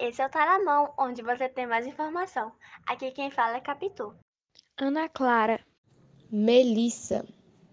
esse é o Tá na Mão, onde você tem mais informação. Aqui quem fala é Capitu. Ana Clara. Melissa.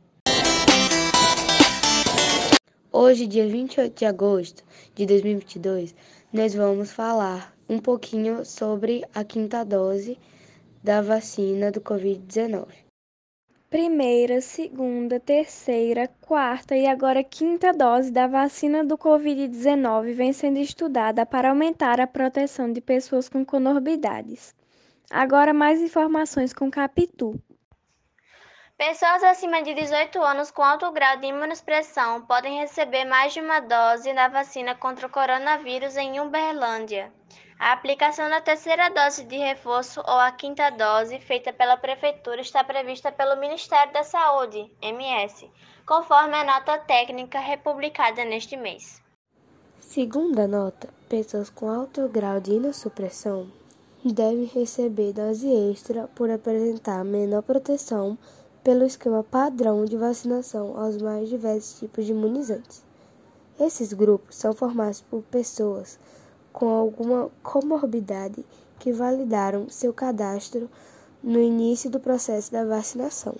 Hoje, dia 28 de agosto de 2022, nós vamos falar um pouquinho sobre a quinta dose da vacina do Covid-19. Primeira, segunda, terceira, quarta e agora quinta dose da vacina do Covid-19 vem sendo estudada para aumentar a proteção de pessoas com comorbidades. Agora mais informações com Capitu. Pessoas acima de 18 anos com alto grau de imunossupressão podem receber mais de uma dose da vacina contra o coronavírus em Uberlândia. A aplicação da terceira dose de reforço ou a quinta dose, feita pela Prefeitura, está prevista pelo Ministério da Saúde, MS, conforme a nota técnica republicada neste mês. Segundo a nota, pessoas com alto grau de imunossupressão devem receber dose extra por apresentar menor proteção pelo esquema padrão de vacinação aos mais diversos tipos de imunizantes. Esses grupos são formados por pessoas com alguma comorbidade que validaram seu cadastro no início do processo da vacinação.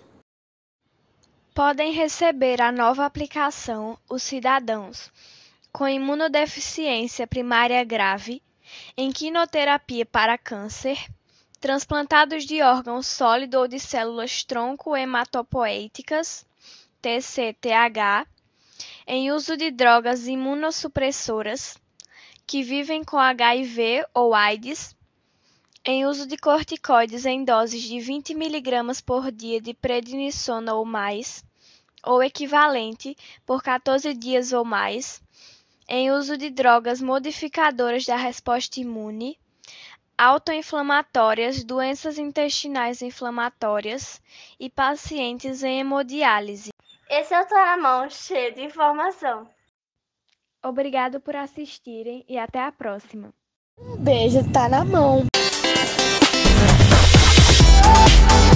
Podem receber a nova aplicação os cidadãos com imunodeficiência primária grave, em quimioterapia para câncer, transplantados de órgão sólido ou de células tronco hematopoéticas, TCTH, em uso de drogas imunossupressoras, que vivem com HIV ou AIDS, em uso de corticoides em doses de 20 mg por dia de prednisona ou mais, ou equivalente, por 14 dias ou mais, em uso de drogas modificadoras da resposta imune, autoinflamatórias, doenças intestinais inflamatórias e pacientes em hemodiálise. Esse é o Tá na Mão, cheio de informação. Obrigado por assistirem e até a próxima. Um beijo, tá na mão!